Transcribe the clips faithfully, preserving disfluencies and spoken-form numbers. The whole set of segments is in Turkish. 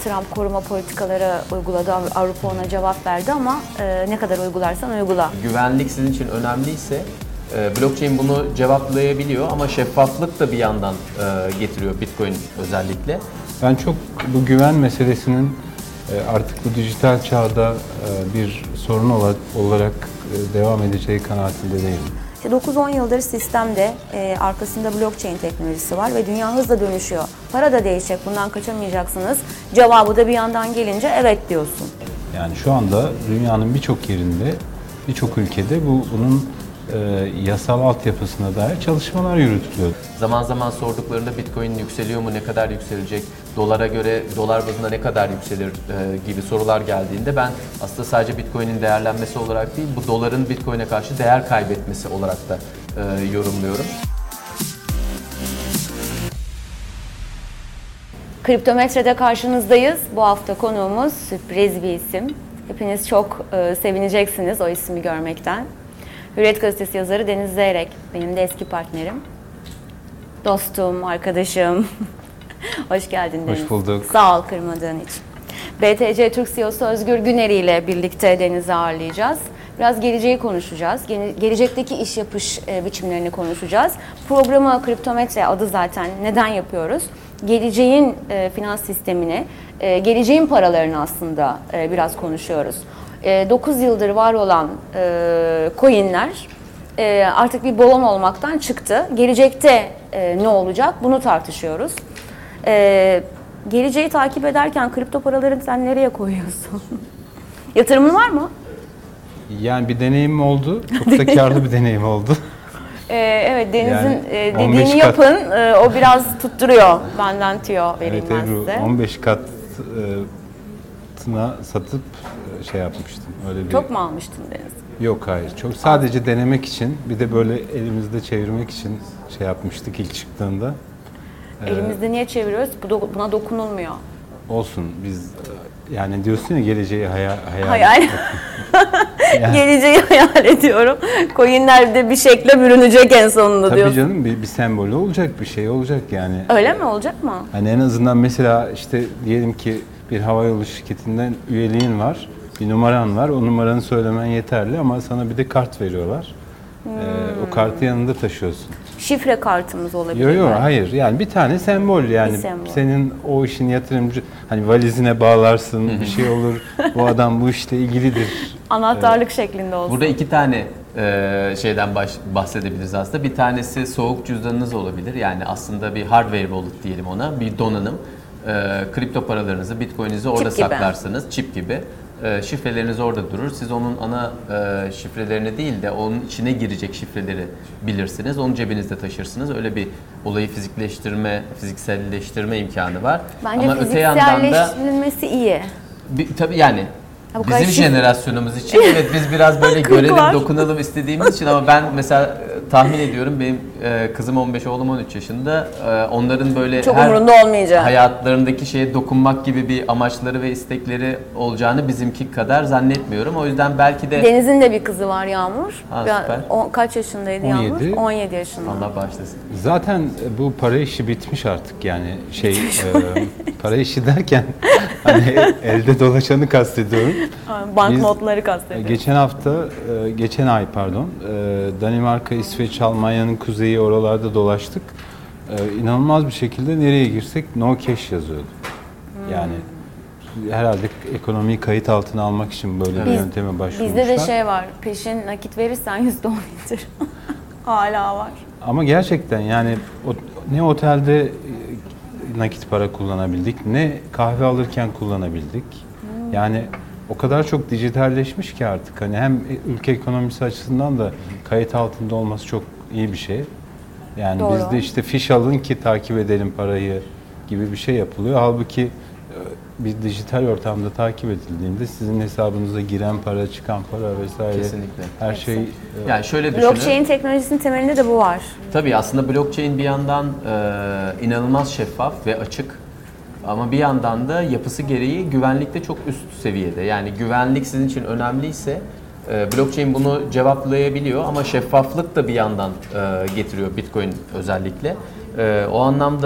Trump koruma politikaları uyguladı, Avrupa ona cevap verdi ama e, ne kadar uygularsan uygula. Güvenlik sizin için önemliyse e, blockchain bunu cevaplayabiliyor ama şeffaflık da bir yandan e, getiriyor Bitcoin özellikle. Ben çok bu güven meselesinin artık bu dijital çağda bir sorun olarak devam edeceği kanaatinde değilim. dokuz on yıldır sistemde e, arkasında blockchain teknolojisi var ve dünya hızla dönüşüyor. Para da değişecek, bundan kaçamayacaksınız. Cevabı da bir yandan gelince evet diyorsun. Yani şu anda dünyanın birçok yerinde, birçok ülkede bu bunun e, yasal altyapısına dair çalışmalar yürütülüyor. Zaman zaman sorduklarında Bitcoin yükseliyor mu, ne kadar yükselecek, dolara göre dolar bazında ne kadar yükselir e, gibi sorular geldiğinde ben aslında sadece Bitcoin'in değerlenmesi olarak değil, bu doların Bitcoin'e karşı değer kaybetmesi olarak da e, yorumluyorum. Kriptometre'de karşınızdayız. Bu hafta konuğumuz sürpriz bir isim. Hepiniz çok e, sevineceksiniz o ismi görmekten. Hürriyet Gazetesi yazarı Deniz Zeyrek, benim de eski partnerim. Dostum, arkadaşım. Hoş geldin Deniz. Hoş bulduk. Sağ ol kırmadığın için. B T C Türk C E O'su Özgür Güneri ile birlikte Deniz'i ağırlayacağız. Biraz geleceği konuşacağız. Gelecekteki iş yapış biçimlerini konuşacağız. Programı Kriptometre adı zaten. Neden yapıyoruz? Geleceğin finans sistemini, geleceğin paralarını aslında biraz konuşuyoruz. dokuz yıldır var olan coinler artık bir balon olmaktan çıktı. Gelecekte ne olacak? Bunu tartışıyoruz. Geleceği takip ederken kripto paralarını sen nereye koyuyorsun? Yatırımın var mı? Yani bir deneyim oldu. Çok da karlı bir deneyim oldu. Ee, evet, Deniz'in yani e, dediğini yapın. E, o biraz tutturuyor. Benden tüyo vereyim evet, ben Ebru, size. on beş katına satıp şey yapmıştım. Öyle bir... Çok mu almıştın Deniz? Yok hayır. Çok sadece denemek için, bir de böyle elimizde çevirmek için şey yapmıştık ilk çıktığında. Elimizde niye çeviriyoruz? Buna dokunulmuyor. Olsun, biz yani diyorsun ya geleceği hayal hayal. Hayal. Yani. Geleceği hayal ediyorum. Coinler de bir şekle bürünecek en sonunda Tabii diyorsun. Tabii canım, bir, bir sembolü olacak, bir şey olacak yani. Öyle mi, olacak mı? Hani en azından mesela işte diyelim ki bir havayolu şirketinden üyeliğin var, bir numaran var, o numaranı söylemen yeterli ama sana bir de kart veriyorlar. Hmm. Ee, o kartı yanında taşıyorsun. Şifre kartımız olabilir. Yok yok hayır, yani bir tane sembol yani sembol. Senin o işin yatırımcı, hani valizine bağlarsın bir şey olur, bu adam bu işle ilgilidir. Anahtarlık ee, şeklinde olsun. Burada iki tane e, şeyden baş, bahsedebiliriz aslında. Bir tanesi soğuk cüzdanınız olabilir, yani aslında bir hardware wallet diyelim ona, bir donanım. E, kripto paralarınızı, bitcoin'inizi orada çip saklarsınız, çip gibi. E, şifreleriniz orada durur. Siz onun ana e, şifrelerini değil de onun içine girecek şifreleri bilirsiniz. Onu cebinizde taşırsınız. Öyle bir olayı fizikleştirme, fizikselleştirme imkanı var. Bence ama öte yandan da fizikselleştirilmesi iyi. Bir, tabii yani ha, bizim jenerasyonumuz için evet biz biraz böyle görelim, dokunalım istediğimiz için ama ben mesela tahmin ediyorum benim e, kızım on beş, oğlum on üç yaşında. E, onların böyle çok her umurunda olmayacak. Hayatlarındaki şeye dokunmak gibi bir amaçları ve istekleri olacağını bizimki kadar zannetmiyorum. O yüzden belki de... Deniz'in de bir kızı var, Yağmur. Ha, süper. O, kaç yaşındaydı on yedi. Yağmur? on yedi yaşında. Allah bağışlasın. Zaten bu para işi bitmiş artık yani şey e, para işi derken hani elde dolaşanı kastediyorum. Banknotları kastediyorum. Geçen hafta, geçen ay pardon, Danimarka, İsveç, Almanya'nın kuzeyi oralarda dolaştık. İnanılmaz bir şekilde nereye girsek no cash yazıyordu. Hmm. Yani herhalde ekonomiyi kayıt altına almak için böyle bir Biz, yönteme başvurmuşlar. Bizde de şey var, peşin nakit verirsen yüzde on indirim. Hala var. Ama gerçekten yani o, ne otelde nakit para kullanabildik, ne kahve alırken kullanabildik. Hmm. Yani o kadar çok dijitalleşmiş ki artık hani hem ülke ekonomisi açısından da kayıt altında olması çok iyi bir şey. Yani doğru. bizde işte fiş alın ki takip edelim parayı gibi bir şey yapılıyor. Halbuki bir dijital ortamda takip edildiğinde sizin hesabınıza giren para, çıkan para vesaire kesinlikle her Hepsi. şey. Yani şöyle düşünün. Blockchain teknolojisinin temelinde de bu var. Tabii aslında blockchain bir yandan e, inanılmaz şeffaf ve açık. Ama bir yandan da yapısı gereği güvenlikte çok üst seviyede. Yani güvenlik sizin için önemliyse e, blockchain bunu cevaplayabiliyor ama şeffaflık da bir yandan e, getiriyor Bitcoin özellikle. E, o anlamda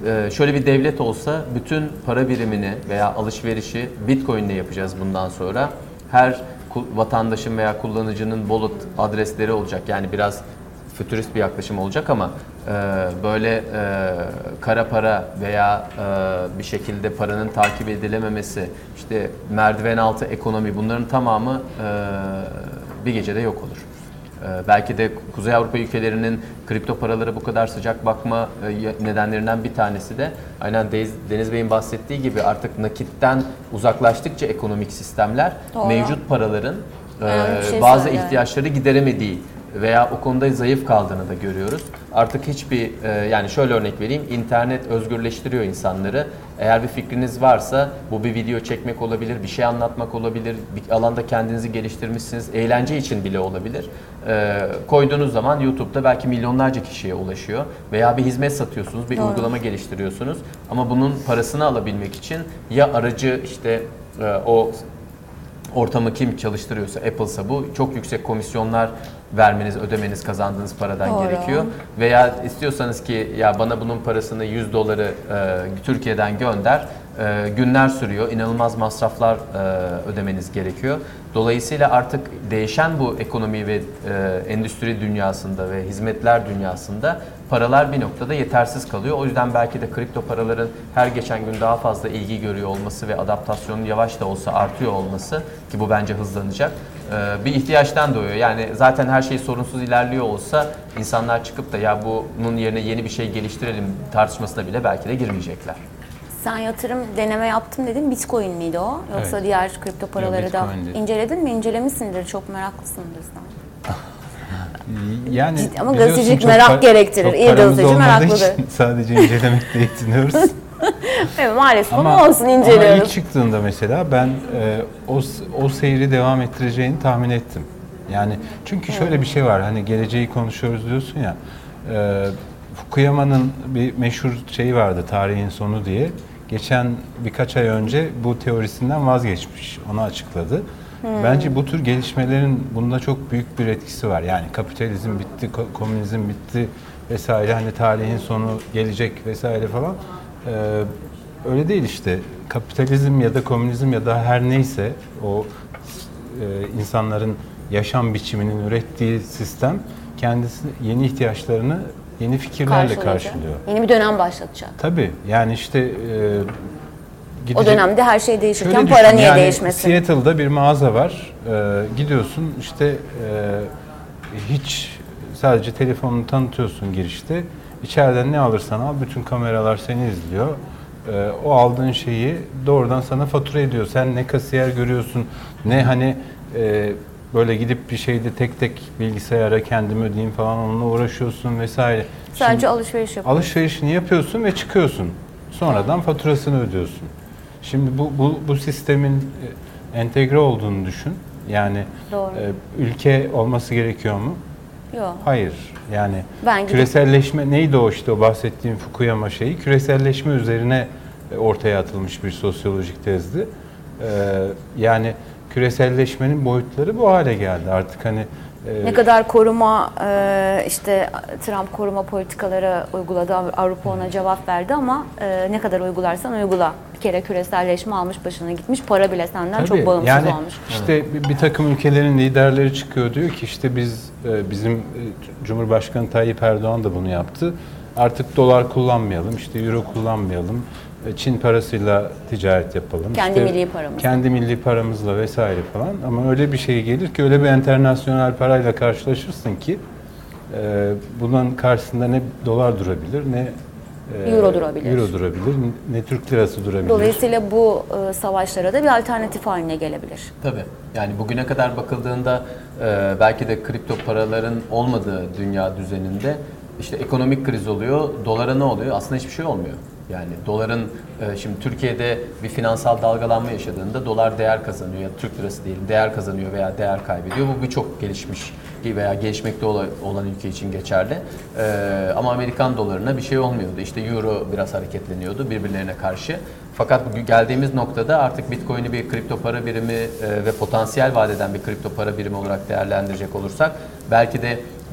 e, şöyle bir devlet olsa bütün para birimini veya alışverişi Bitcoin ile yapacağız bundan sonra. Her vatandaşın veya kullanıcının wallet adresleri olacak. Yani biraz fütürist bir yaklaşım olacak ama e, böyle e, kara para veya e, bir şekilde paranın takip edilememesi, işte merdiven altı ekonomi, bunların tamamı e, bir gecede yok olur. E, belki de Kuzey Avrupa ülkelerinin kripto paralara bu kadar sıcak bakma e, nedenlerinden bir tanesi de aynen Deniz, Deniz Bey'in bahsettiği gibi artık nakitten uzaklaştıkça ekonomik sistemler Doğru. mevcut paraların Önemli bir e, şey bazı söyledi. ihtiyaçları gideremediği veya o konuda zayıf kaldığını da görüyoruz. Artık hiçbir e, yani şöyle örnek vereyim, internet özgürleştiriyor insanları. Eğer bir fikriniz varsa bu bir video çekmek olabilir, bir şey anlatmak olabilir, bir alanda kendinizi geliştirmişsiniz, eğlence için bile olabilir. E, koyduğunuz zaman YouTube'da belki milyonlarca kişiye ulaşıyor veya bir hizmet satıyorsunuz, bir Doğru. uygulama geliştiriyorsunuz ama bunun parasını alabilmek için ya aracı işte e, o ortamı kim çalıştırıyorsa, Apple'sa bu çok yüksek komisyonlar vermeniz, ödemeniz kazandığınız paradan Doğru. gerekiyor. Veya istiyorsanız ki ya bana bunun parasını yüz doları e, Türkiye'den gönder, e, günler sürüyor, inanılmaz masraflar e, ödemeniz gerekiyor. Dolayısıyla artık değişen bu ekonomi ve e, endüstri dünyasında ve hizmetler dünyasında paralar bir noktada yetersiz kalıyor. O yüzden belki de kripto paraların her geçen gün daha fazla ilgi görüyor olması ve adaptasyonun yavaş da olsa artıyor olması, ki bu bence hızlanacak, bir ihtiyaçtan doğuyor. Yani zaten her şey sorunsuz ilerliyor olsa insanlar çıkıp da ya bunun yerine yeni bir şey geliştirelim tartışmasına bile belki de girmeyecekler. Sen yatırım deneme yaptım dedin. Bitcoin miydi o? Yoksa Evet. diğer kripto paraları Yok, da Bitcoin'di. inceledin mi? İncelemişsindir. Çok meraklısındır sen. Yani Ciddi- ama biliyorsun gazetecilik çok merak par- gerektirir. çok İyi paramız gazeteci olmadığı meraklıdır. için sadece incelemekle yetiniyoruz. Evet, maalesef ama, ama, olsun ama inceliyoruz. ilk çıktığında mesela ben e, o o seyri devam ettireceğini tahmin ettim. Yani çünkü şöyle bir şey var, hani geleceği konuşuyoruz diyorsun ya. E, Fukuyama'nın bir meşhur şeyi vardı, tarihin sonu diye. Geçen birkaç ay önce bu teorisinden vazgeçmiş, onu açıkladı. Bence bu tür gelişmelerin bunda çok büyük bir etkisi var. Yani kapitalizm bitti, ko- komünizm bitti vesaire, hani tarihin sonu gelecek vesaire falan. Ee, öyle değil işte. Kapitalizm ya da komünizm ya da her neyse o e, insanların yaşam biçiminin ürettiği sistem kendisi yeni ihtiyaçlarını yeni fikirlerle Karşılayacak. karşılıyor. Yeni bir dönem başlatacak. Tabii yani işte e, O gidecek- dönemde her şey değişirken Şöyle para düşün, niye yani değişmesin? Seattle'da bir mağaza var. Ee, gidiyorsun işte e, hiç sadece telefonunu tanıtıyorsun girişte. İçeriden ne alırsan al bütün kameralar seni izliyor. Ee, o aldığın şeyi doğrudan sana fatura ediyor. Sen ne kasiyer görüyorsun ne hani e, böyle gidip bir şeyde tek tek bilgisayara kendim ödeyeyim falan onunla uğraşıyorsun vesaire. Sadece Şimdi alışveriş yapıyor. alışverişini yapıyorsun ve çıkıyorsun. Sonradan faturasını ödüyorsun. Şimdi bu bu, bu sistemin e, entegre olduğunu düşün. Yani Doğru. e, ülke olması gerekiyor mu? Yok. Hayır. Yani Ben gidip- küreselleşme neydi o işte o bahsettiğim Fukuyama şeyi? Küreselleşme üzerine e, ortaya atılmış bir sosyolojik tezdi. E, yani küreselleşmenin boyutları bu hale geldi. Artık hani e, Ne kadar koruma, e, işte Trump koruma politikaları uyguladı, Avrupa ona cevap verdi ama e, ne kadar uygularsan uygula. Bir kere küreselleşme almış başına gitmiş, para bile senden Tabii, çok bağımsız yani olmuş. işte bir, bir takım ülkelerin liderleri çıkıyor diyor ki işte biz e, bizim e, Cumhurbaşkanı Tayyip Erdoğan da bunu yaptı. Artık dolar kullanmayalım, işte euro kullanmayalım. e, Çin parasıyla ticaret yapalım. Kendi işte milli paramızla. Kendi milli paramızla vesaire falan. Ama öyle bir şey gelir ki öyle bir internasyonel parayla karşılaşırsın ki e, bunun karşısında ne dolar durabilir ne e, Euro durabilir. Euro durabilir, ne Türk lirası durabilir. Dolayısıyla bu e, savaşlara da bir alternatif haline gelebilir. Tabii. Yani bugüne kadar bakıldığında e, belki de kripto paraların olmadığı dünya düzeninde işte ekonomik kriz oluyor, dolara ne oluyor? Aslında hiçbir şey olmuyor. Yani doların e, şimdi Türkiye'de bir finansal dalgalanma yaşadığında dolar değer kazanıyor ya da Türk lirası diyelim değer kazanıyor veya değer kaybediyor. Bu birçok gelişmiş veya gelişmekte olan ülke için geçerli. E, ama Amerikan dolarına bir şey olmuyordu. İşte euro biraz hareketleniyordu birbirlerine karşı. Fakat geldiğimiz noktada artık Bitcoin'i bir kripto para birimi e, ve potansiyel vadeden bir kripto para birimi olarak değerlendirecek olursak belki de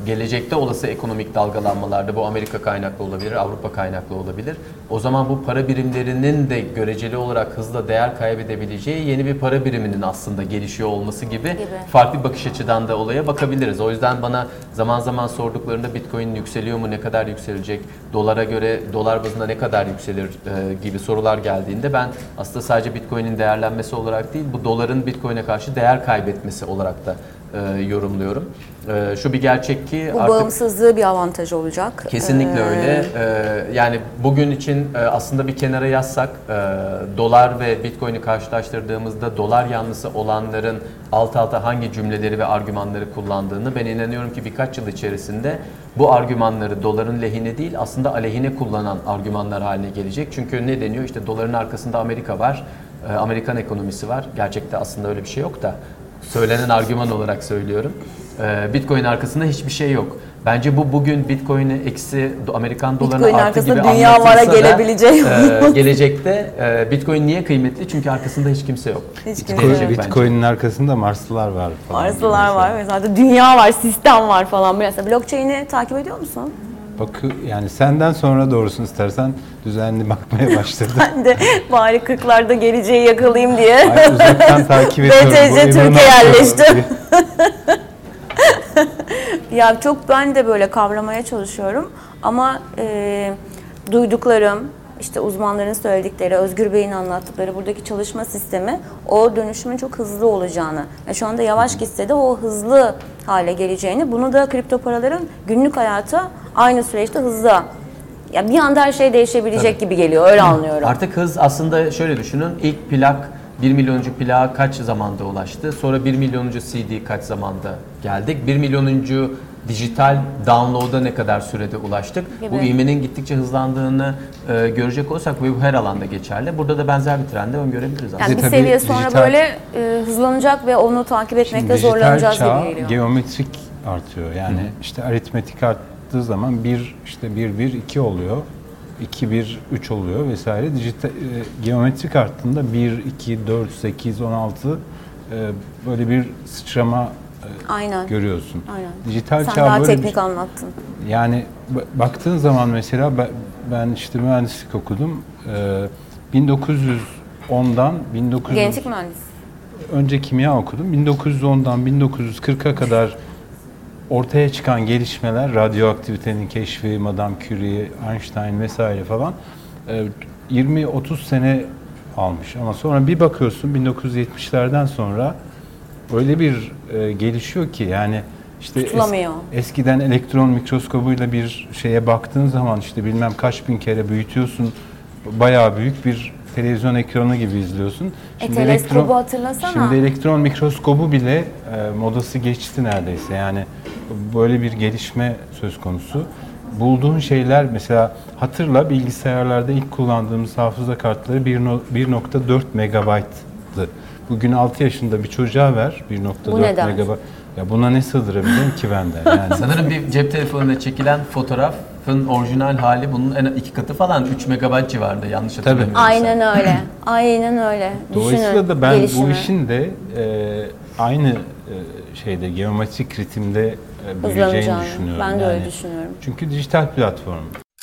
gelecekte olası ekonomik dalgalanmalarda bu Amerika kaynaklı olabilir, Avrupa kaynaklı olabilir. O zaman bu para birimlerinin de göreceli olarak hızla değer kaybedebileceği yeni bir para biriminin aslında gelişiyor olması gibi, Gibi. farklı bir bakış açıdan da olaya bakabiliriz. O yüzden bana zaman zaman sorduklarında Bitcoin yükseliyor mu, ne kadar yükselecek, dolara göre, dolar bazında ne kadar yükselir e, gibi sorular geldiğinde ben aslında sadece Bitcoin'in değerlenmesi olarak değil, bu doların Bitcoin'e karşı değer kaybetmesi olarak da e, yorumluyorum. E, şu bir gerçek ki Bu artık bağımsızlığı bir avantaj olacak. kesinlikle Ee, öyle. Ee, yani bugün için e, aslında bir kenara yazsak, e, dolar ve Bitcoin'i karşılaştırdığımızda dolar yanlısı olanların alt alta hangi cümleleri ve argümanları kullandığını, ben inanıyorum ki birkaç yıl içerisinde bu argümanları doların lehine değil aslında aleyhine kullanan argümanlar haline gelecek. Çünkü ne deniyor? İşte doların arkasında Amerika var, e, Amerikan ekonomisi var. Gerçekte aslında öyle bir şey yok da söylenen argüman olarak söylüyorum. Ee, Bitcoin arkasında hiçbir şey yok. Bence bu bugün Bitcoin'i eksi Amerikan dolarına Bitcoin artı arkasında gibi dünya vara anlatılsa da, gelebileceği e, gelecekte e, Bitcoin niye kıymetli? Çünkü arkasında hiç kimse yok. Hiç Hiç kimse gelecek yok. bence. Bitcoin'in arkasında Marslılar var falan. Marslılar gibi var, mesela. mesela dünya var, sistem var falan. Mesela blockchain'i takip ediyor musun? Bakı, yani senden sonra doğrusunu istersen düzenli bakmaya başladım. Ben de bari kırklarda geleceği yakalayayım diye. Ay, uzaktan takip ediyorum. B T C Bu Ebru Türkiye ne yapıyor yerleştim. diye. Ya çok ben de böyle kavramaya çalışıyorum ama e, duyduklarım, işte uzmanların söyledikleri, Özgür Bey'in anlattıkları buradaki çalışma sistemi o dönüşümün çok hızlı olacağını, yani şu anda yavaş gitse de o hızlı hale geleceğini, bunu da kripto paraların günlük hayata aynı süreçte hızlı, ya bir anda her şey değişebilecek gibi geliyor, öyle anlıyorum. Artık hız aslında şöyle düşünün. İlk plak bir milyonuncu plağa kaç zamanda ulaştı? Sonra bir milyonuncu C D kaç zamanda geldik? bir milyonuncu dijital download'a ne kadar sürede ulaştık? Gibi. Bu ivmenin gittikçe hızlandığını e, görecek olursak ve bu her alanda geçerli. Burada da benzer bir trendi öngörebiliriz aslında. Yani bir Tabii seviye sonra dijital- böyle e, hızlanacak ve onu takip etmekte Dijital zorlanacağız çağ gibi geliyor. geometrik artıyor. Yani işte aritmetik arttığı zaman bir işte bir bir iki oluyor. iki bir üç oluyor vesaire. Dijital e, geometrik arttığında bir iki dört sekiz on altı e, böyle bir sıçrama e, Aynen. görüyorsun. Aynen. Dijital Sen çağ daha böyle bir teknik anlattın. Yani b- baktığın zaman mesela ben, ben işte mühendislik okudum. Ee, bin dokuz yüz ondan bin dokuz yüz Genetik mühendisi. önce kimya okudum. bin dokuz yüz ondan bin dokuz yüz kırka kadar ortaya çıkan gelişmeler, radyoaktivitenin keşfi, Madame Curie, Einstein vesaire falan e, yirmi otuz sene almış. Ama sonra bir bakıyorsun bin dokuz yüz yetmişlerden sonra öyle bir e, gelişiyor ki yani işte es- Tutulamıyor. eskiden elektron mikroskobuyla bir şeye baktığın zaman işte bilmem kaç bin kere büyütüyorsun. Bayağı büyük bir televizyon ekranı gibi izliyorsun. E, teleskobu hatırlasana. Şimdi elektron mikroskobu bile e, modası geçti neredeyse. Yani böyle bir gelişme söz konusu. Bulduğun şeyler mesela hatırla bilgisayarlarda ilk kullandığımız hafıza kartları bir nokta dört megabayttı. Bugün altı yaşında bir çocuğa ver bir nokta dört megabayt. Ya buna ne sığdırabilirim ki ben de? Yani Sanırım bir cep telefonunda çekilen fotoğrafın orijinal hali bunun en iki katı falan üç megabayt civarında, yanlış hatırlamıyorsam. Aynen öyle. Aynen öyle. dolayısıyla Düşünün da ben gelişimi. bu işin de e, aynı e, şeyde geometrik ritimde e, büyüyeceğini Hızlanacağını. düşünüyorum. Ben de öyle Yani düşünüyorum. Çünkü dijital platform.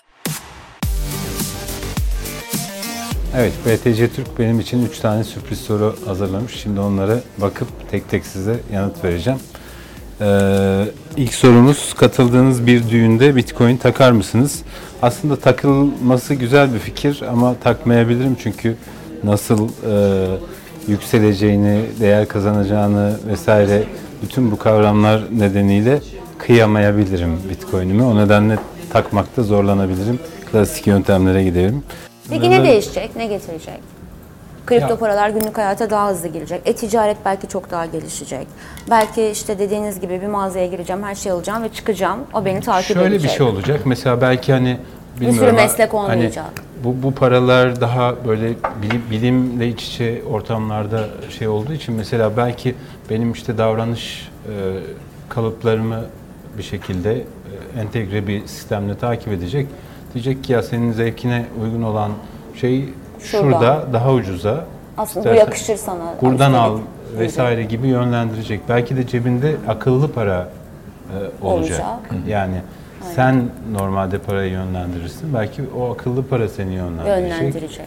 Evet, B T C Türk benim için üç tane sürpriz soru hazırlamış. Şimdi onlara bakıp tek tek size yanıt vereceğim. Ee, ilk sorumuz, katıldığınız bir düğünde Bitcoin takar mısınız? Aslında takılması güzel bir fikir ama takmayabilirim çünkü nasıl e, yükseleceğini, değer kazanacağını vesaire bütün bu kavramlar nedeniyle kıyamayabilirim Bitcoin'imi. O nedenle takmakta zorlanabilirim. Klasik yöntemlere gidelim. Peki ne değişecek? Ne getirecek? Kripto Ya. paralar günlük hayata daha hızlı girecek. E-ticaret belki çok daha gelişecek. Belki işte dediğiniz gibi bir mağazaya gireceğim, her şeyi alacağım ve çıkacağım. O beni takip Şöyle edecek. bir şey olacak. Mesela belki hani bilmiyorum. sürü meslek hani olmayacak. bu, bu paralar daha böyle bilim, bilimle iç içe ortamlarda şey olduğu için mesela belki benim işte davranış e, kalıplarımı bir şekilde e, entegre bir sistemle takip edecek. Diyecek ki ya senin zevkine uygun olan şey Şurada. şurada daha ucuza. Aslında bu İstersen yakışır sana. Buradan Üstelik al diyecek. vesaire gibi yönlendirecek. Belki de cebinde akıllı para e, olacak. Olacak. Yani Aynen. sen normalde parayı yönlendirirsin. Belki o akıllı para seni yönlendirecek. Yönlendirecek.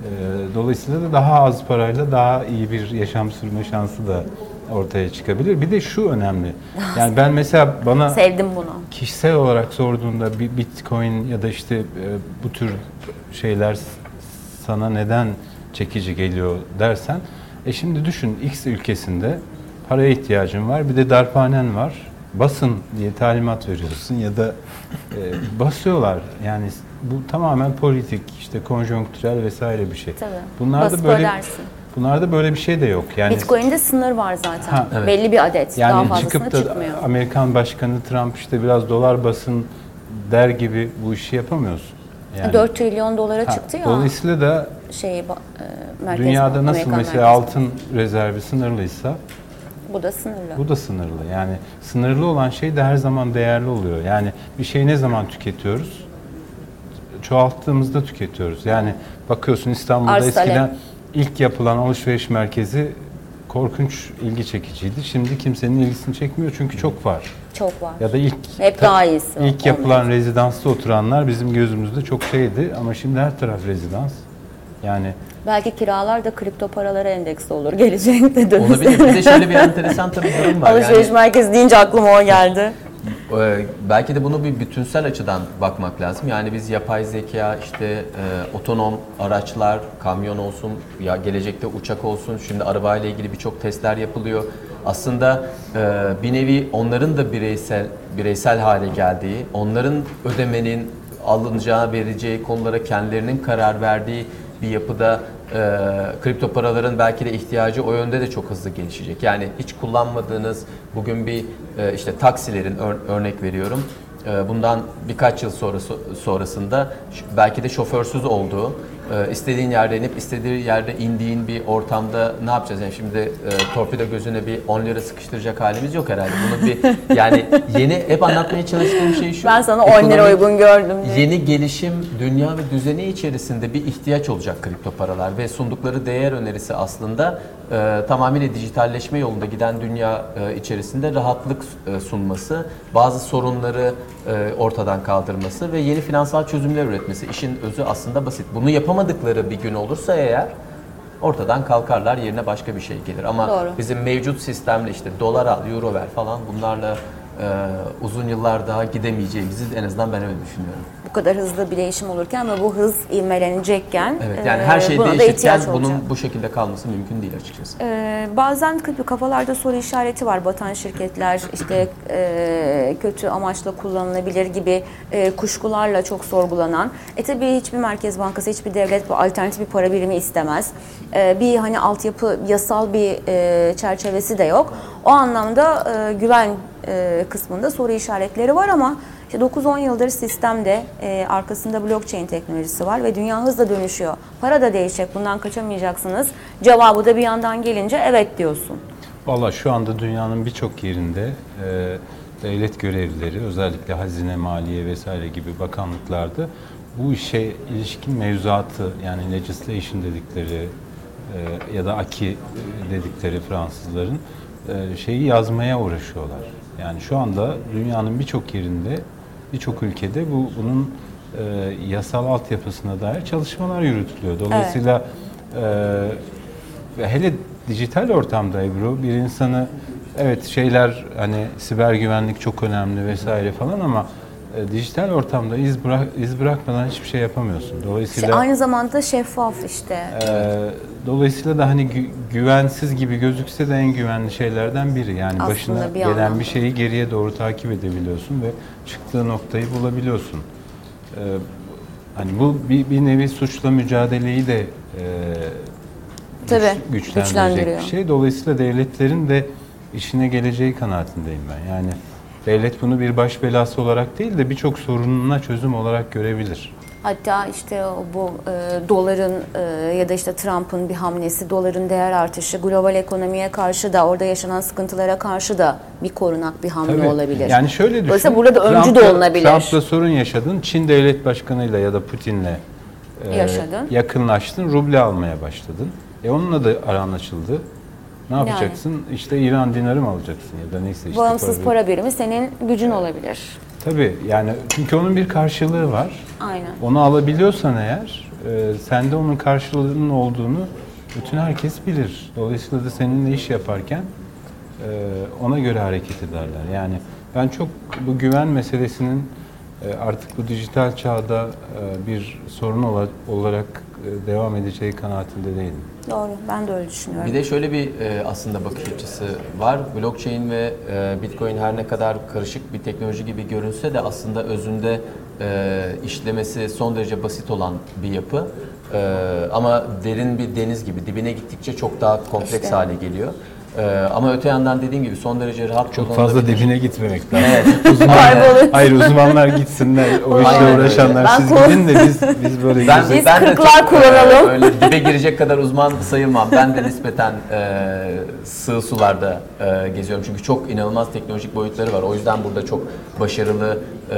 E, dolayısıyla da daha az parayla daha iyi bir yaşam sürme şansı da ortaya çıkabilir. Bir de şu önemli. Yani ben mesela bana Sevdim bunu. kişisel olarak sorduğunda bir Bitcoin ya da işte e, bu tür şeyler sana neden çekici geliyor dersen, e şimdi düşün, X ülkesinde paraya ihtiyacın var, bir de darphanen var, basın diye talimat veriyorsun ya da e, basıyorlar. Yani bu tamamen politik, işte konjonktürel vesaire bir şey. Tabii. Bunlar Basıp da böyle ödersin. bunlarda böyle bir şey de yok. Yani Bitcoin'de sınır var zaten. Ha, evet. Belli bir adet. Daha yani fazlasına çıkıp da çıkmıyor. Amerikan Başkanı Trump işte biraz dolar basın der gibi bu işi yapamıyorsun. Yani, dört trilyon dolara ha, çıktı ya. Dolayısıyla da Şeyi, e, Merkez dünyada Bank, nasıl Amerikan mesela Merkez altın rezervi sınırlıysa Bank. Bu da sınırlı. bu da sınırlı. Yani sınırlı olan şey de her zaman değerli oluyor. Yani bir şeyi ne zaman tüketiyoruz? Çoğalttığımızda tüketiyoruz. Yani bakıyorsun İstanbul'da Arz eskiden talep. ilk yapılan alışveriş merkezi korkunç ilgi çekiciydi. Şimdi kimsenin ilgisini çekmiyor çünkü çok var. Çok var. Ya da ilk Hep daha iyisi. ilk yapılan olmaz. rezidansta oturanlar bizim gözümüzde çok şeydi ama şimdi her taraf rezidans. Yani Belki kiralar da kripto paralara endeksli olur gelecekte dönüşte. Olabilir. Bir de şöyle bir enteresan tabii durum var. Alışveriş Yani, merkezi deyince aklıma o geldi. e, belki de bunu bir bütünsel açıdan bakmak lazım. Yani biz yapay zeka, işte e, otonom araçlar, kamyon olsun, ya gelecekte uçak olsun, şimdi arabayla ilgili birçok testler yapılıyor. Aslında e, bir nevi onların da bireysel bireysel hale geldiği, onların ödemenin alınacağı, vereceği konulara kendilerinin karar verdiği bir yapıda e, kripto paraların belki de ihtiyacı o yönde de çok hızlı gelişecek. Yani hiç kullanmadığınız bugün bir e, işte taksilerin ör- örnek veriyorum. E, bundan birkaç yıl sonrası, sonrasında ş- belki de şoförsüz olduğu, e, istediğin yerde inip istediği yerde indiğin bir ortamda ne yapacağız? Yani şimdi e, torpido gözüne bir on lira sıkıştıracak halimiz yok herhalde. Bunun bir yani yeni hep anlatmaya çalıştığım şey şu. Ben sana on lira ekonomik- uygun gördüm diye. Yeni gelişim, dünya ve düzeni içerisinde bir ihtiyaç olacak kripto paralar ve sundukları değer önerisi aslında e, tamamıyla dijitalleşme yolunda giden dünya e, içerisinde rahatlık e, sunması, bazı sorunları e, ortadan kaldırması ve yeni finansal çözümler üretmesi. İşin özü aslında basit. Bunu yapamadıkları bir gün olursa eğer ortadan kalkarlar, yerine başka bir şey gelir. Ama Doğru. bizim mevcut sistemle işte dolar al, euro ver falan bunlarla e, uzun yıllar daha gidemeyeceğimizi en azından ben öyle düşünüyorum. Bu kadar hızlı bir değişim olurken ve bu hız ivmelenecekken Evet, yani her şey buna da değişirken ihtiyaç bunun olacak. bu şekilde kalması mümkün değil açıkçası. Ee, bazen tabii kafalarda soru işareti var. Batan şirketler işte e, kötü amaçla kullanılabilir gibi e, kuşkularla çok sorgulanan. E tabii hiçbir merkez bankası, hiçbir devlet bu alternatif bir para birimi istemez. E, bir hani altyapı, yasal bir e, çerçevesi de yok. O anlamda e, güven e, kısmında soru işaretleri var ama İşte dokuz on yıldır sistemde e, arkasında blockchain teknolojisi var ve dünya hızla dönüşüyor. Para da değişecek, bundan kaçamayacaksınız. Cevabı da bir yandan gelince evet diyorsun. valla şu anda dünyanın birçok yerinde e, devlet görevlileri, özellikle hazine, maliye vesaire gibi bakanlıklarda bu işe ilişkin mevzuatı, yani legislation dedikleri e, ya da aki dedikleri Fransızların e, şeyi yazmaya uğraşıyorlar. Yani şu anda dünyanın birçok yerinde, birçok ülkede bu bunun e, yasal altyapısına dair çalışmalar yürütülüyor. Dolayısıyla e, hele dijital ortamda Ebru, bir insanı, evet şeyler hani siber güvenlik çok önemli vesaire falan ama e, dijital ortamda iz bırak iz bırakmadan hiçbir şey yapamıyorsun. Dolayısıyla İşte aynı zamanda şeffaf işte. e, dolayısıyla da hani gü- güvensiz gibi gözükse de en güvenli şeylerden biri. Yani Aslında başına bir gelen anlamda. bir şeyi geriye doğru takip edebiliyorsun ve çıktığı noktayı bulabiliyorsun. E, hani bu bir, bir nevi suçla mücadeleyi de e, Tabii, güç- güçlendirecek güçlendiriyor. bir şey. Dolayısıyla devletlerin de işine geleceği kanaatindeyim ben. Yani devlet bunu bir baş belası olarak değil de birçok sorununa çözüm olarak görebilir. Hatta işte o bu e, doların e, ya da işte Trump'ın bir hamlesi, doların değer artışı, global ekonomiye karşı da, orada yaşanan sıkıntılara karşı da bir korunak bir hamle Tabii. olabilir. Yani şöyle düşün. Dolayısıyla burada da öncü de Trump'la- olunabilir. Trump'la sorun yaşadın. Çin devlet başkanıyla ya da Putin'le e, Yaşadın. yakınlaştın. Ruble almaya başladın. E onunla da aran açıldı. Ne yapacaksın? İşte İran dinarı mı alacaksın ya da neyse işte Bağımsız para, para birimi senin gücün olabilir. Tabii yani çünkü onun bir karşılığı var. Aynen. Onu alabiliyorsan eğer e, sende onun karşılığının olduğunu bütün herkes bilir. Dolayısıyla da seninle iş yaparken e, ona göre hareket ederler. Yani ben çok bu güven meselesinin e, artık bu dijital çağda e, bir sorun ola, olarak e, devam edeceği kanaatinde değilim. Doğru, ben de öyle düşünüyorum. Bir de şöyle bir e, aslında bakış açısı var. Blockchain ve e, Bitcoin her ne kadar karışık bir teknoloji gibi görünse de aslında özünde e, işlemesi son derece basit olan bir yapı. E, ama derin bir deniz gibi dibine gittikçe çok daha kompleks İşte. hale geliyor. Ee, ama öte yandan dediğim gibi son derece rahat Çok fazla dibine gitmemek lazım. Evet. Uzmanlar, hayır uzmanlar gitsinler, o işle Aynen uğraşanlar öyle. siz Ben gidin de biz biz böyle Ben, güzel- Biz ben de kırklar çok, kullanalım. e, öyle dibe girecek kadar uzman sayılmam. Ben de nispeten e, sığ sularda e, geziyorum. Çünkü çok inanılmaz teknolojik boyutları var. O yüzden burada çok başarılı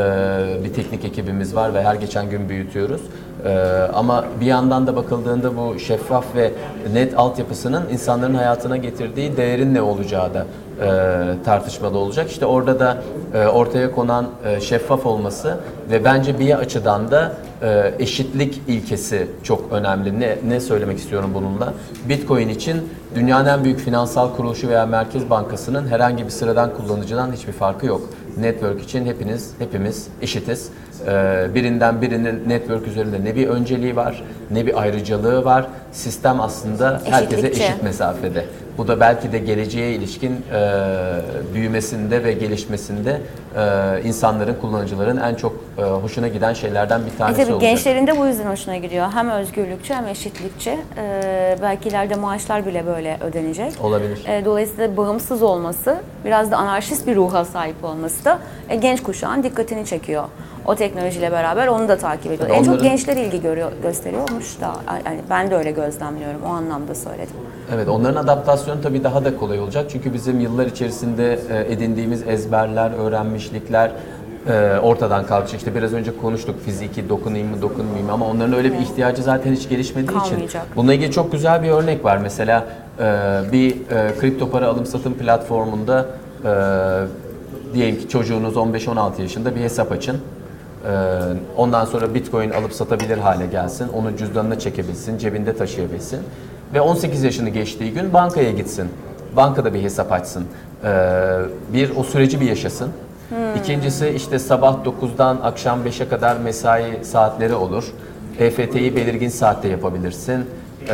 e, bir teknik ekibimiz var ve her geçen gün büyütüyoruz. E, ama bir yandan da bakıldığında bu şeffaf ve net altyapısının insanların hayatına getirdiği değerin ne olacağı da e, tartışmalı olacak. İşte orada da e, ortaya konan e, şeffaf olması ve bence bir açıdan da e, eşitlik ilkesi çok önemli. Ne, ne söylemek istiyorum bununla? Bitcoin için dünyanın en büyük finansal kuruluşu veya merkez bankasının herhangi bir sıradan kullanıcıdan hiçbir farkı yok. Network için hepiniz, hepimiz eşitiz. Ee, birinden birinin network üzerinde ne bir önceliği var, ne bir ayrıcalığı var. Sistem aslında herkese Eşitlikçi. eşit mesafede. Bu da belki de geleceğe ilişkin e, büyümesinde ve gelişmesinde e, insanların, kullanıcıların en çok e, hoşuna giden şeylerden bir E tanesi tabii olacak. gençlerin de bu yüzden hoşuna gidiyor. Hem özgürlükçü hem eşitlikçi. Ee, belki ileride maaşlar bile böyle ödenecek. Olabilir. Ee, dolayısıyla bağımsız olması, biraz da anarşist bir ruha sahip olması da e, genç kuşağın dikkatini çekiyor. O teknolojiyle beraber onu da takip ediyor. En çok Onların- gençler ilgi görüyor, gösteriyormuş da. Yani ben de öyle gözlemliyorum. O anlamda söyledim. Evet, onların adaptasyonu tabii daha da kolay olacak. Çünkü bizim yıllar içerisinde e, edindiğimiz ezberler, öğrenmişlikler e, ortadan kalkacak. İşte biraz önce konuştuk fiziki dokunayım mı, dokunmayayım mı ama onların öyle bir ihtiyacı zaten hiç gelişmediği için. Kalmayacak. Bununla ilgili çok güzel bir örnek var. Mesela e, bir e, kripto para alım satım platformunda e, diyelim ki çocuğunuz on beş on altı yaşında bir hesap açın. Ee, Ondan sonra Bitcoin alıp satabilir hale gelsin, onu cüzdanına çekebilsin, cebinde taşıyabilsin ve on sekiz yaşını geçtiği gün bankaya gitsin, bankada bir hesap açsın, Ee, bir o süreci bir yaşasın. Hmm. İkincisi işte sabah dokuzdan akşam beşe kadar mesai saatleri olur, E F T'yi belirgin saatte yapabilirsin.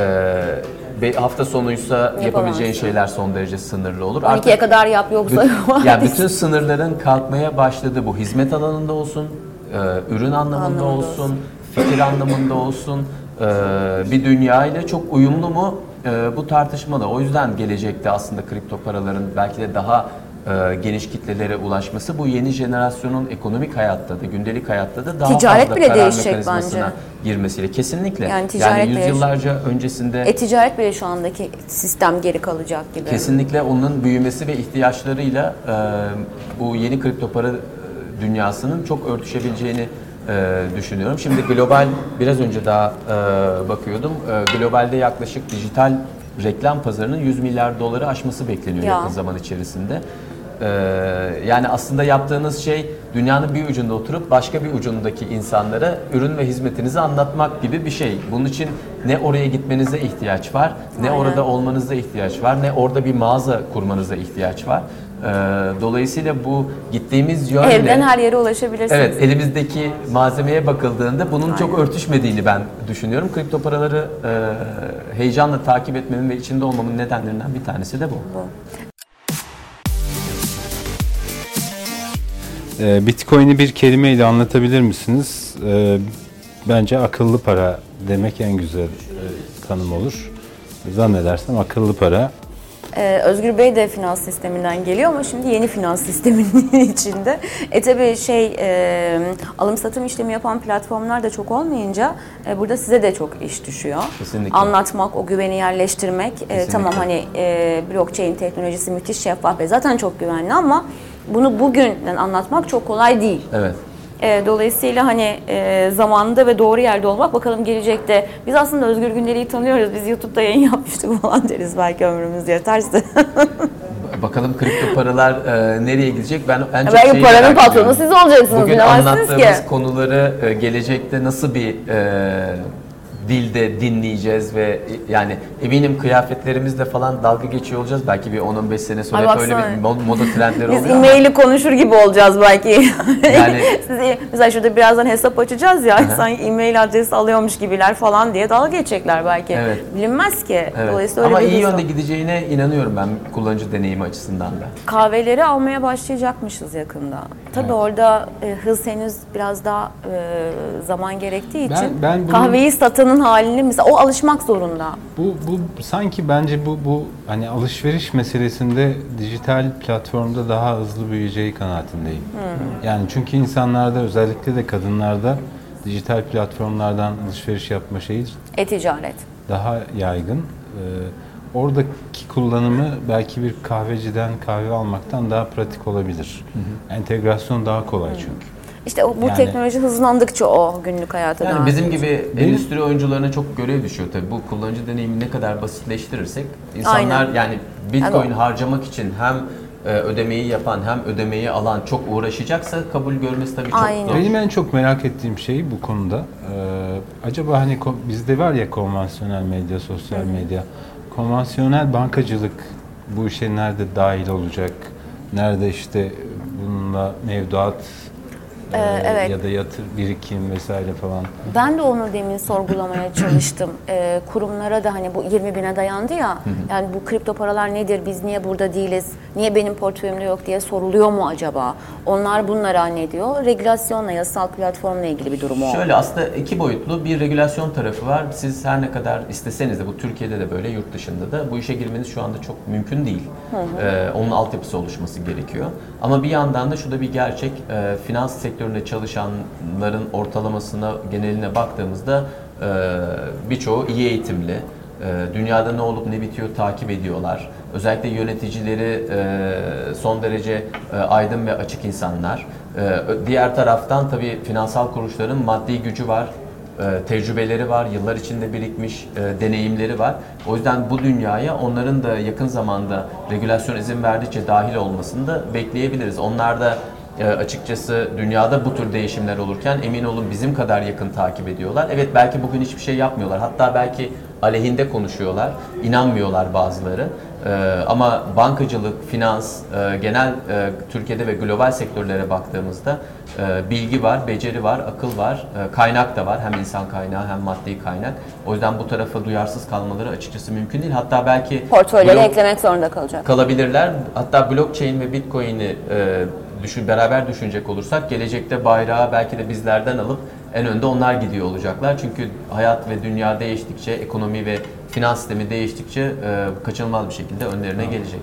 Ee, hafta sonuysa yapabileceğin şeyler son derece sınırlı olur. on ikiye kadar yap yoksa Bütün, yani bütün sınırların kalkmaya başladı. Bu hizmet alanında olsun, e, ürün anlamında Anlamında olsun, olsun. fikir anlamında olsun. E, bir dünya ile çok uyumlu mu e, bu tartışmalı. O yüzden gelecekte aslında kripto paraların belki de daha e, geniş kitlelere ulaşması bu yeni jenerasyonun ekonomik hayatta da, gündelik hayatta da daha Ticaret fazla bile karar değişecek mekanizmasına bence. girmesiyle. Kesinlikle. Yani ticaret yani bile- yüzyıllarca öncesinde E-ticaret bile şu andaki sistem geri kalacak gibi. kesinlikle onun büyümesi ve ihtiyaçlarıyla e, bu yeni kripto para e, dünyasının çok örtüşebileceğini e, düşünüyorum. Şimdi global, biraz önce daha e, bakıyordum, e, globalde yaklaşık dijital reklam pazarının yüz milyar doları aşması bekleniyor Ya. yakın zaman içerisinde. E, yani aslında yaptığınız şey dünyanın bir ucunda oturup başka bir ucundaki insanlara ürün ve hizmetinizi anlatmak gibi bir şey. Bunun için ne oraya gitmenize ihtiyaç var, ne Aynen. orada olmanıza ihtiyaç var, ne orada bir mağaza kurmanıza ihtiyaç var. Ee, dolayısıyla bu gittiğimiz yönle... Evden her yere ulaşabilirsiniz. Evet, elimizdeki malzemeye bakıldığında bunun çok örtüşmediğini ben düşünüyorum. Kripto paraları e, heyecanla takip etmemin ve içinde olmamın nedenlerinden bir tanesi de bu. Bu. Ee, Bitcoin'i bir kelimeyle anlatabilir misiniz? Ee, bence akıllı para demek en güzel e, tanım olur. Zannedersem akıllı para. Ee, Özgür Bey de finans sisteminden geliyor ama şimdi yeni finans sisteminin içinde. E tabii şey e, alım satım işlemi yapan platformlar da çok olmayınca e, burada size de çok iş düşüyor. Kesinlikle. Anlatmak, o güveni yerleştirmek. E, tamam hani e, blockchain teknolojisi müthiş şeffaf ve zaten çok güvenli ama bunu bugünden anlatmak çok kolay değil. Evet. E, dolayısıyla hani e, zamanında ve doğru yerde olmak, bakalım gelecekte. Biz aslında Özgür Güneri'yi tanıyoruz. Biz YouTube'da yayın yapmıştık falan deriz, belki ömrümüz yeterse. Bakalım kripto paralar e, nereye gidecek? Ben en çok belki şeyi paranın merak patronu ediyorum. siz olacaksınız. Bugün bilemezsiniz anlattığımız ki. konuları e, gelecekte nasıl bir e, dilde dinleyeceğiz ve yani eminim kıyafetlerimizle falan dalga geçiyor olacağız. Belki bir on on beş sene sonra Ay hep öyle baksana. bir mod- moda trendleri Biz oluyor ama e-maili konuşur gibi olacağız belki. Yani- Siz, mesela şurada birazdan hesap açacağız ya, sanki e-mail adresi alıyormuş gibiler falan diye dalga geçecekler belki. Evet. Bilinmez ki. evet. Dolayısıyla Ama öyle bir iyi hız yönde var. gideceğine inanıyorum ben kullanıcı deneyimi açısından da. Kahveleri almaya başlayacakmışız yakında. Tabii Evet. orada e, hız henüz biraz daha e, zaman gerektiği için Ben- ben bunu- kahveyi satanın halini mesela o alışmak zorunda. Bu, bu sanki bence bu, bu hani alışveriş meselesinde dijital platformda daha hızlı büyüyeceği kanaatindeyim. Yani çünkü insanlarda, özellikle de kadınlarda dijital platformlardan alışveriş yapma şeyi E-ticaret. daha yaygın. Ee, oradaki kullanımı belki bir kahveciden kahve almaktan daha pratik olabilir. Entegrasyon daha kolay çünkü. İşte o, bu Yani- teknoloji hızlandıkça o günlük hayata Yani dahil bizim olacak. gibi Benim- endüstri oyuncularına çok görev düşüyor tabii. Bu kullanıcı deneyimi ne kadar basitleştirirsek insanlar Aynen. yani Bitcoin Yani- harcamak için hem e, ödemeyi yapan hem ödemeyi alan çok uğraşacaksa kabul görmesi tabii çok Aynen. zor. Benim en çok merak ettiğim şey bu konuda. Ee, acaba hani ko- bizde var ya konvansiyonel medya, sosyal medya. Konvansiyonel bankacılık bu işe nerede dahil olacak? Nerede işte bununla mevduat e, Ee, evet. ya da yatır birikim vesaire falan. Ben de onu demin sorgulamaya çalıştım. Ee, kurumlara da hani bu yirmi bine dayandı ya, yani bu kripto paralar nedir, biz niye burada değiliz, niye benim portföyümde yok diye soruluyor mu acaba? Onlar bunlara ne diyor? Regülasyonla, yasal platformla ilgili bir durum o. Şöyle aslında iki boyutlu bir regülasyon tarafı var. Siz her ne kadar isteseniz de bu Türkiye'de de böyle, yurt dışında da bu işe girmeniz şu anda çok mümkün değil. Ee, onun altyapısı oluşması gerekiyor. Ama bir yandan da şu da bir gerçek. Ee, finans sektöründe çalışanların ortalamasına, geneline baktığımızda e, birçoğu iyi eğitimli. E, dünyada ne olup ne bitiyor takip ediyorlar. Özellikle yöneticileri e, son derece e, aydın ve açık insanlar. E, diğer taraftan tabii finansal kuruluşların maddi gücü var, e, tecrübeleri var, yıllar içinde birikmiş e, deneyimleri var. O yüzden bu dünyaya onların da yakın zamanda regülasyon izin verdikçe dahil olmasını da bekleyebiliriz. Onlar da e, açıkçası dünyada bu tür değişimler olurken emin olun bizim kadar yakın takip ediyorlar. Evet, belki bugün hiçbir şey yapmıyorlar. Hatta belki aleyhinde konuşuyorlar, inanmıyorlar bazıları. Ee, ama bankacılık, finans, e, genel e, Türkiye'de ve global sektörlere baktığımızda e, bilgi var, beceri var, akıl var, e, kaynak da var. Hem insan kaynağı hem maddi kaynak. O yüzden bu tarafa duyarsız kalmaları açıkçası mümkün değil. Hatta belki Portföyleri blok- eklemek zorunda kalacak. kalabilirler. Hatta blockchain ve bitcoin'i e, düşün, beraber düşünecek olursak gelecekte bayrağı belki de bizlerden alıp en önde onlar gidiyor olacaklar. Çünkü hayat ve dünya değiştikçe, ekonomi ve finans sistemi değiştikçe e, kaçınılmaz bir şekilde önlerine gelecek.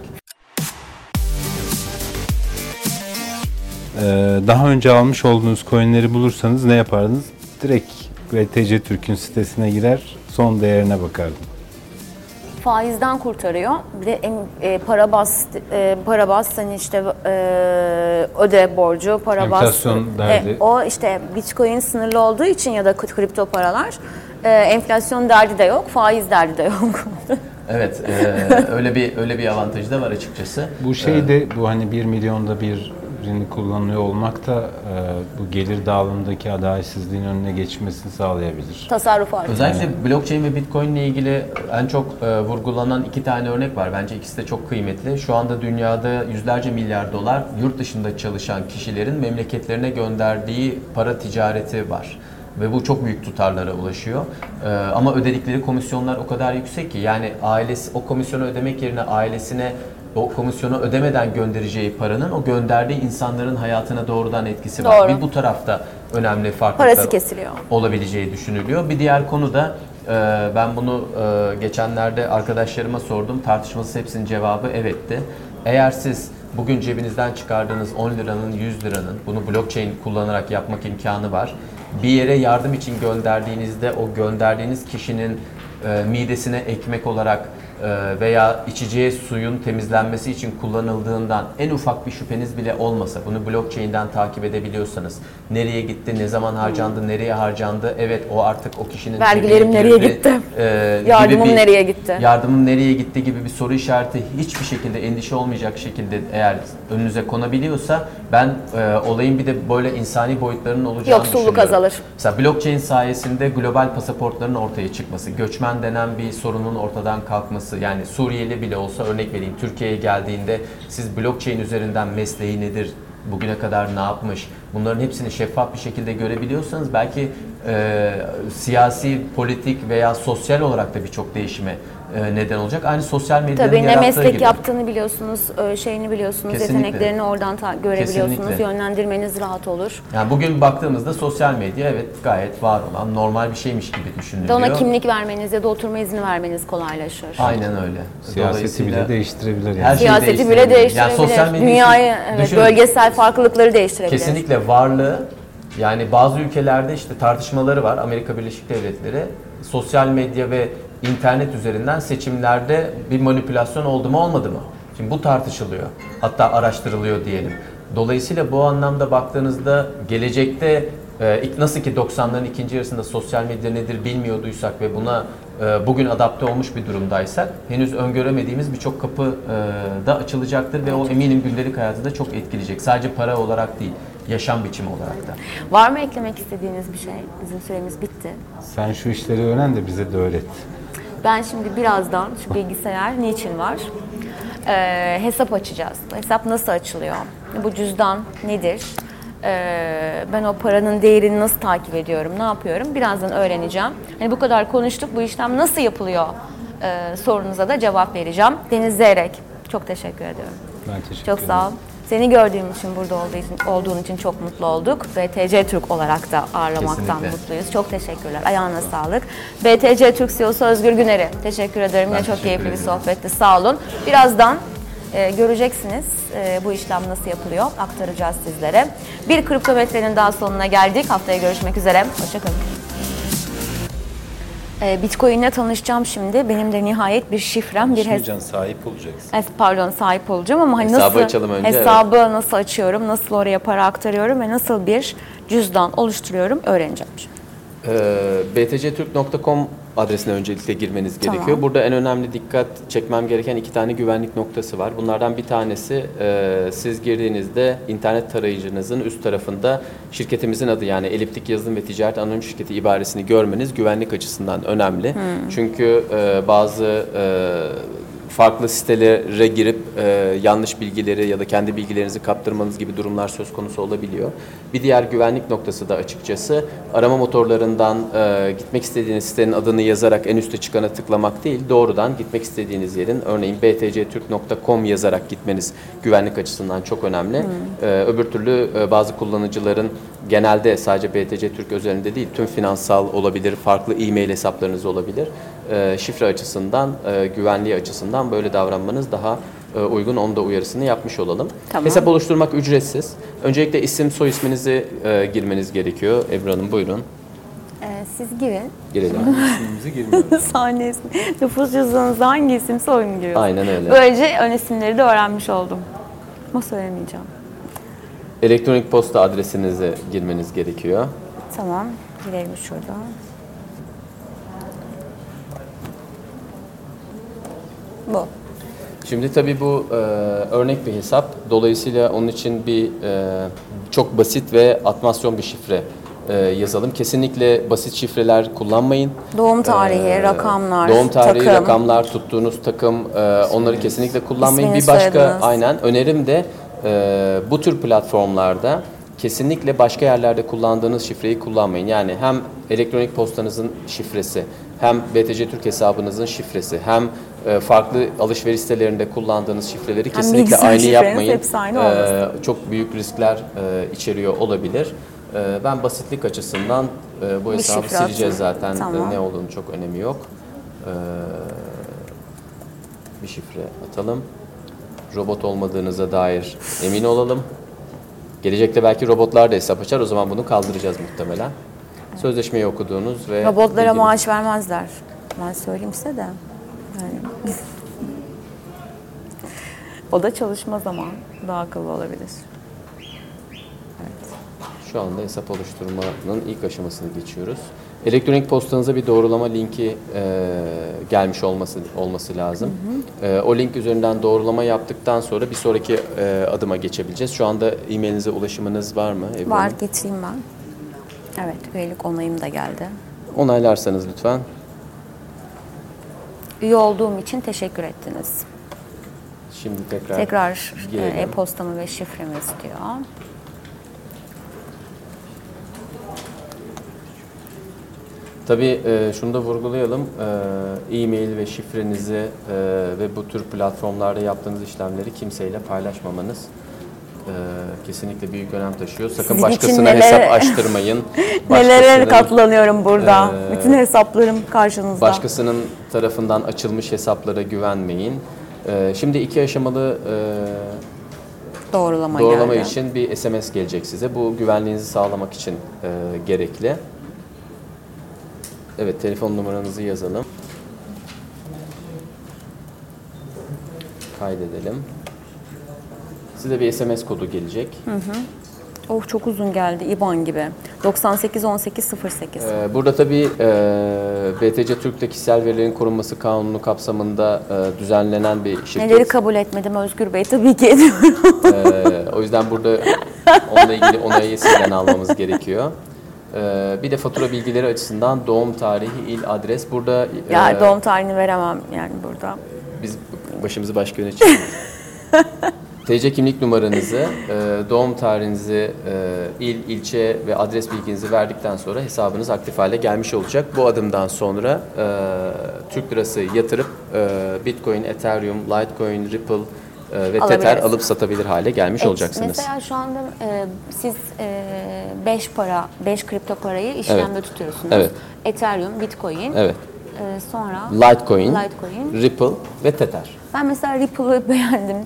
Ee, daha önce almış olduğunuz coinleri bulursanız ne yapardınız? Direkt B T C Türk'ün sitesine girer, son değerine bakardım. Faizden kurtarıyor. Bir de en, e, para bas, e, para bas hani işte e, öde borcu, para bas. Enflasyon derdi. E, o işte Bitcoin sınırlı olduğu için ya da kripto paralar e, enflasyon derdi de yok, faiz derdi de yok. Evet, e, öyle bir öyle bir avantajı da var açıkçası. Bu şey de bu hani bir milyonda birini kullanıyor olmak da e, bu gelir dağılımındaki adaletsizliğin önüne geçmesini sağlayabilir. Tasarruf artıyor. Özellikle blockchain ve bitcoin ile ilgili en çok e, vurgulanan iki tane örnek var. Bence ikisi de çok kıymetli. Şu anda dünyada yüzlerce milyar dolar yurt dışında çalışan kişilerin memleketlerine gönderdiği para ticareti var. Ve bu çok büyük tutarlara ulaşıyor. Ee, ama ödedikleri komisyonlar o kadar yüksek ki yani ailesi o komisyonu ödemek yerine ailesine o komisyonu ödemeden göndereceği paranın o gönderdiği insanların hayatına doğrudan etkisi var. Doğru. Bir bu tarafta önemli farklılıklar Parası kesiliyor. olabileceği düşünülüyor. Bir diğer konu da e, ben bunu e, geçenlerde arkadaşlarıma sordum. Tartışmasız hepsinin cevabı evetti. Eğer siz bugün cebinizden çıkardığınız on liranın, yüz liranın, bunu blockchain kullanarak yapmak imkanı var. Bir yere yardım için gönderdiğinizde o gönderdiğiniz kişinin e, midesine ekmek olarak veya içeceği suyun temizlenmesi için kullanıldığından en ufak bir şüpheniz bile olmasa, bunu blockchain'den takip edebiliyorsanız, nereye gitti, ne zaman harcandı, nereye harcandı, evet o artık o kişinin vergilerim nereye gitti, e, yardımım bir, nereye gitti, yardımım nereye gitti gibi bir soru işareti hiçbir şekilde endişe olmayacak şekilde eğer önünüze konabiliyorsa, ben e, olayın bir de böyle insani boyutlarının olacağını yoksulluk düşünüyorum. azalır. Mesela blockchain sayesinde global pasaportların ortaya çıkması, göçmen denen bir sorunun ortadan kalkması, yani Suriyeli bile olsa örnek vereyim, Türkiye'ye geldiğinde siz blockchain üzerinden mesleği nedir, bugüne kadar ne yapmış, bunların hepsini şeffaf bir şekilde görebiliyorsanız belki e, siyasi, politik veya sosyal olarak da birçok değişime e, neden olacak. Aynı sosyal medyanın Tabii ne yarattığı meslek gibi. yaptığını biliyorsunuz, e, şeyini biliyorsunuz, Kesinlikle. yeteneklerini oradan ta- görebiliyorsunuz, Kesinlikle. yönlendirmeniz rahat olur. Yani bugün baktığımızda sosyal medya evet gayet var olan normal bir şeymiş gibi Bir de düşünülüyor. ona kimlik vermeniz ya da oturma izni vermeniz kolaylaşır. Aynen öyle. Siyaseti bile değiştirebilir yani. Her şeyi Siyaseti bile değiştirebilir. değiştirebilir. Yani sosyal medya Dünyayı, evet, düşünün. bölgesel farklılıkları değiştirebilir. Kesinlikle varlığı, yani bazı ülkelerde işte tartışmaları var. Amerika Birleşik Devletleri sosyal medya ve internet üzerinden seçimlerde bir manipülasyon oldu mu olmadı mı? Şimdi bu tartışılıyor. Hatta araştırılıyor diyelim. Dolayısıyla bu anlamda baktığınızda gelecekte e, nasıl ki doksanların ikinci yarısında sosyal medya nedir bilmiyorduysak ve buna e, bugün adapte olmuş bir durumdaysak, henüz öngöremediğimiz birçok kapı e, da açılacaktır ve o eminim gündelik hayatı da çok etkileyecek. Sadece para olarak değil, yaşam biçimi olarak da. Var mı eklemek istediğiniz bir şey? Bizim süremiz bitti. Sen şu işleri öğren de bize de öğret. Ben şimdi birazdan şu bilgisayar niçin var? Ee, hesap açacağız. Bu hesap nasıl açılıyor? Bu cüzdan nedir? Ee, ben o paranın değerini nasıl takip ediyorum? Ne yapıyorum? Birazdan öğreneceğim. Hani bu kadar konuştuk. Bu işlem nasıl yapılıyor? Ee, sorunuza da cevap vereceğim. Deniz Zeyrek. Çok teşekkür ediyorum. Ben teşekkür Çok ederim. sağ ol. Seni gördüğüm için, burada olduğu için, olduğun için çok mutlu olduk. B T C Türk olarak da ağırlamaktan Kesinlikle. mutluyuz. Çok teşekkürler. Ayağına sağlık. B T C Türk C E O'su Özgür Güner'e teşekkür ederim. Ben Yine çok teşekkür keyifli bir ederim. sohbetti. Sağ olun. Birazdan e, göreceksiniz e, bu işlem nasıl yapılıyor. Aktaracağız sizlere. Bir kriptometrenin daha sonuna geldik. Haftaya görüşmek üzere. Hoşçakalın. E, Bitcoin'le tanışacağım şimdi. Benim de nihayet bir şifrem, bir hesap. Konuşmayacaksın, sahip olacaksın. Es- Pardon, sahip olacağım ama hani Hesabı nasıl açalım önce, hesabı nasıl açıyorum, nasıl oraya para aktarıyorum ve nasıl bir cüzdan oluşturuyorum öğreneceğim şimdi. Ee, b t c türk nokta com adresine öncelikle girmeniz Tamam. gerekiyor. Burada en önemli dikkat çekmem gereken iki tane güvenlik noktası var. Bunlardan bir tanesi e, siz girdiğinizde internet tarayıcınızın üst tarafında şirketimizin adı, yani Eliptik Yazılım ve Ticaret Anonim Şirketi ibaresini görmeniz güvenlik açısından önemli. Hmm. Çünkü e, bazı e, farklı sitelere girip e, yanlış bilgileri ya da kendi bilgilerinizi kaptırmanız gibi durumlar söz konusu olabiliyor. Bir diğer güvenlik noktası da açıkçası arama motorlarından e, gitmek istediğiniz sitenin adını yazarak en üste çıkana tıklamak değil, doğrudan gitmek istediğiniz yerin, örneğin b t c türk nokta com yazarak gitmeniz güvenlik açısından çok önemli. E, öbür türlü e, bazı kullanıcıların genelde sadece B T C Türk özelinde değil, tüm finansal olabilir, farklı e-mail hesaplarınız olabilir. E, şifre açısından, e, güvenliği açısından böyle davranmanız daha e, uygun. Onu da uyarısını yapmış olalım. Tamam. Hesap oluşturmak ücretsiz. Öncelikle isim, soy isminizi e, girmeniz gerekiyor. Ebru Hanım buyurun. Ee, siz girin. Girelim. İsmimizi girmiyoruz. Sahne ismi. Nüfus cüzdanınızda hangi isimse oyunu giriyorsunuz. Aynen öyle. Böylece ön isimleri de öğrenmiş oldum. Ama söylemeyeceğim. Elektronik posta adresinizi girmeniz gerekiyor. Tamam. Girelim şurada. Bu. Şimdi tabii bu e, örnek bir hesap. Dolayısıyla onun için bir e, çok basit ve atmasyon bir şifre e, yazalım. Kesinlikle basit şifreler kullanmayın. Doğum tarihi, Ee, rakamlar, Doğum tarihi, takım. rakamlar, tuttuğunuz takım, e, onları kesinlikle kullanmayın. İsminiz, bir başka soyadınız. aynen önerim de e, bu tür platformlarda kesinlikle başka yerlerde kullandığınız şifreyi kullanmayın. Yani hem elektronik postanızın şifresi, hem B T C Türk hesabınızın şifresi, hem e, farklı alışveriş sitelerinde kullandığınız şifreleri kesinlikle bilgisayar aynı şifreniz yapmayın. hepsi aynı E, olmasın. çok büyük riskler e, içeriyor olabilir. E, ben basitlik açısından e, bu Bir hesabı şifre sileceğiz atın. zaten. Tamam. E, ne olduğunu çok önemi yok. E, bir şifre atalım. Robot olmadığınıza dair emin olalım. Gelecekte belki robotlar da hesap açar. O zaman bunu kaldıracağız muhtemelen. Sözleşmeyi okuduğunuz ve Robotlara bildiğiniz- maaş vermezler. Ben söyleyeyim size de. Yani. O da çalışma zamanı. Daha akıllı olabilir. Şu anda hesap oluşturmanın ilk aşamasını geçiyoruz. Elektronik postanıza bir doğrulama linki e, gelmiş olması olması lazım. Hı hı. E, o link üzerinden doğrulama yaptıktan sonra bir sonraki e, adıma geçebileceğiz. Şu anda e-mailinize ulaşımınız var mı? Ebru Var, Hanım? getireyim ben. Evet, üyelik onayım da geldi. Onaylarsanız lütfen. Üye olduğum için teşekkür ettiniz. Şimdi tekrar Tekrar girelim. e-postamı ve şifremi istiyor. Tabii e, şunu da vurgulayalım. E, e-mail ve şifrenizi e, ve bu tür platformlarda yaptığınız işlemleri kimseyle paylaşmamanız e, kesinlikle büyük önem taşıyor. Sakın Sizin başkasına için nelere- hesap açtırmayın. Nelere Başkasının- katlanıyorum burada. Ee, Bütün hesaplarım karşınızda. Başkasının tarafından açılmış hesaplara güvenmeyin. E, şimdi iki aşamalı e, Doğrulama, doğrulama geldi. için bir S M S gelecek size. Bu güvenliğinizi sağlamak için e, gerekli. Evet, telefon numaranızı yazalım. Kaydedelim. Size bir S M S kodu gelecek. Oh, çok uzun geldi. İban gibi. doksan sekiz on sekiz sıfır sekiz. Ee, burada tabii e, B T C Türk'te kişisel verilerin korunması kanunu kapsamında e, düzenlenen bir şirket. Neleri kabul etmedim Özgür Bey? Tabii ki ediyorum. Ee, o yüzden burada onunla ilgili onayı sizden almamız gerekiyor. Ee, bir de fatura bilgileri açısından doğum tarihi, il, adres. Burada Ya e, doğum tarihini veremem yani burada. biz başımızı başka yöne çekiyoruz. T C kimlik numaranızı, e, doğum tarihinizi, e, il, ilçe ve adres bilginizi verdikten sonra hesabınız aktif hale gelmiş olacak. Bu adımdan sonra e, Türk lirası yatırıp e, Bitcoin, Ethereum, Litecoin, Ripple e, ve Tether Alabiliriz. alıp satabilir hale gelmiş Evet, olacaksınız. Mesela şu anda e, siz beş para, beş kripto parayı işlemde Evet. tutuyorsunuz. Evet. Ethereum, Bitcoin, Evet. e, sonra Litecoin, Litecoin. Ripple ve Tether. Ben mesela Ripple'ı beğendim.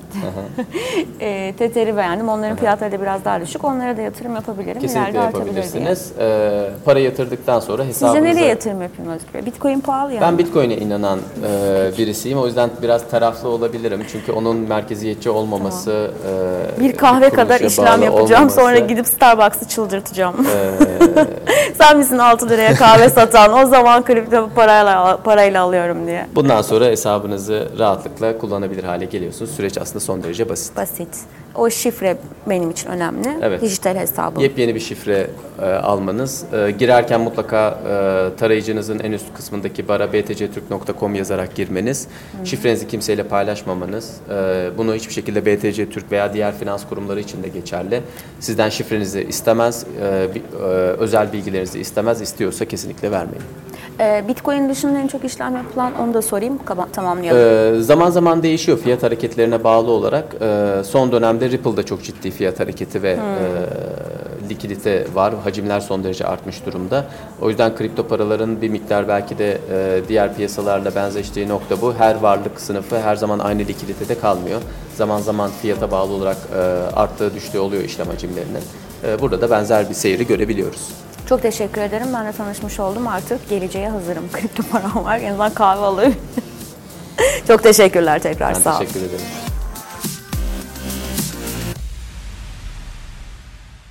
e, Tether'i beğendim. Onların fiyatları da biraz daha düşük. Onlara da yatırım yapabilirim. Kesinlikle İleride artabilir diye. yapabilirsiniz. E, para yatırdıktan sonra Sizce hesabınıza... nereye yatırım yapayım Özgür Bey? Bitcoin pahalı yani. Ben Bitcoin'e inanan e, birisiyim. O yüzden biraz taraflı olabilirim. Çünkü onun merkeziyetçi olmaması... e, Bir kahve kadar kuruluşa işlem bağlı yapacağım. olmaması, Sonra gidip Starbucks'ı çıldırtacağım. e, Sen misin altı liraya kahve satan? O zaman kripto parayla, parayla alıyorum diye. bundan sonra hesabınızı rahatlıkla kullanabilir hale geliyorsunuz. Süreç aslında son derece basit. Basit. O şifre benim için önemli. Evet. Dijital hesabım. Yepyeni bir şifre e, almanız. E, girerken mutlaka e, tarayıcınızın en üst kısmındaki bara b t c türk nokta com yazarak girmeniz. Hı. Şifrenizi kimseyle paylaşmamanız. E, bunu hiçbir şekilde B T C Türk veya diğer finans kurumları için de geçerli. Sizden şifrenizi istemez, e, bi- e, özel bilgilerinizi istemez. İstiyorsa kesinlikle vermeyin. Ee, Bitcoin dışında en çok işlem yapılan onu da sorayım. Kaba- Tamamlayalım. Ee, zaman zaman değişiyor fiyat hareketlerine bağlı olarak. Ee, son dönemde Ripple'da çok ciddi fiyat hareketi ve e, likidite var. Hacimler son derece artmış durumda. O yüzden kripto paraların bir miktar belki de e, diğer piyasalarla benzeştiği nokta bu. Her varlık sınıfı her zaman aynı likiditede kalmıyor. Zaman zaman fiyata bağlı olarak e, arttığı düştüğü oluyor işlem hacimlerinin. E, burada da benzer bir seyri görebiliyoruz. Çok teşekkür ederim. Ben de tanışmış oldum. Artık geleceğe hazırım. Kripto param var. En azından kahve alayım. Çok teşekkürler tekrar. Ben Sağ olun. teşekkür ederim.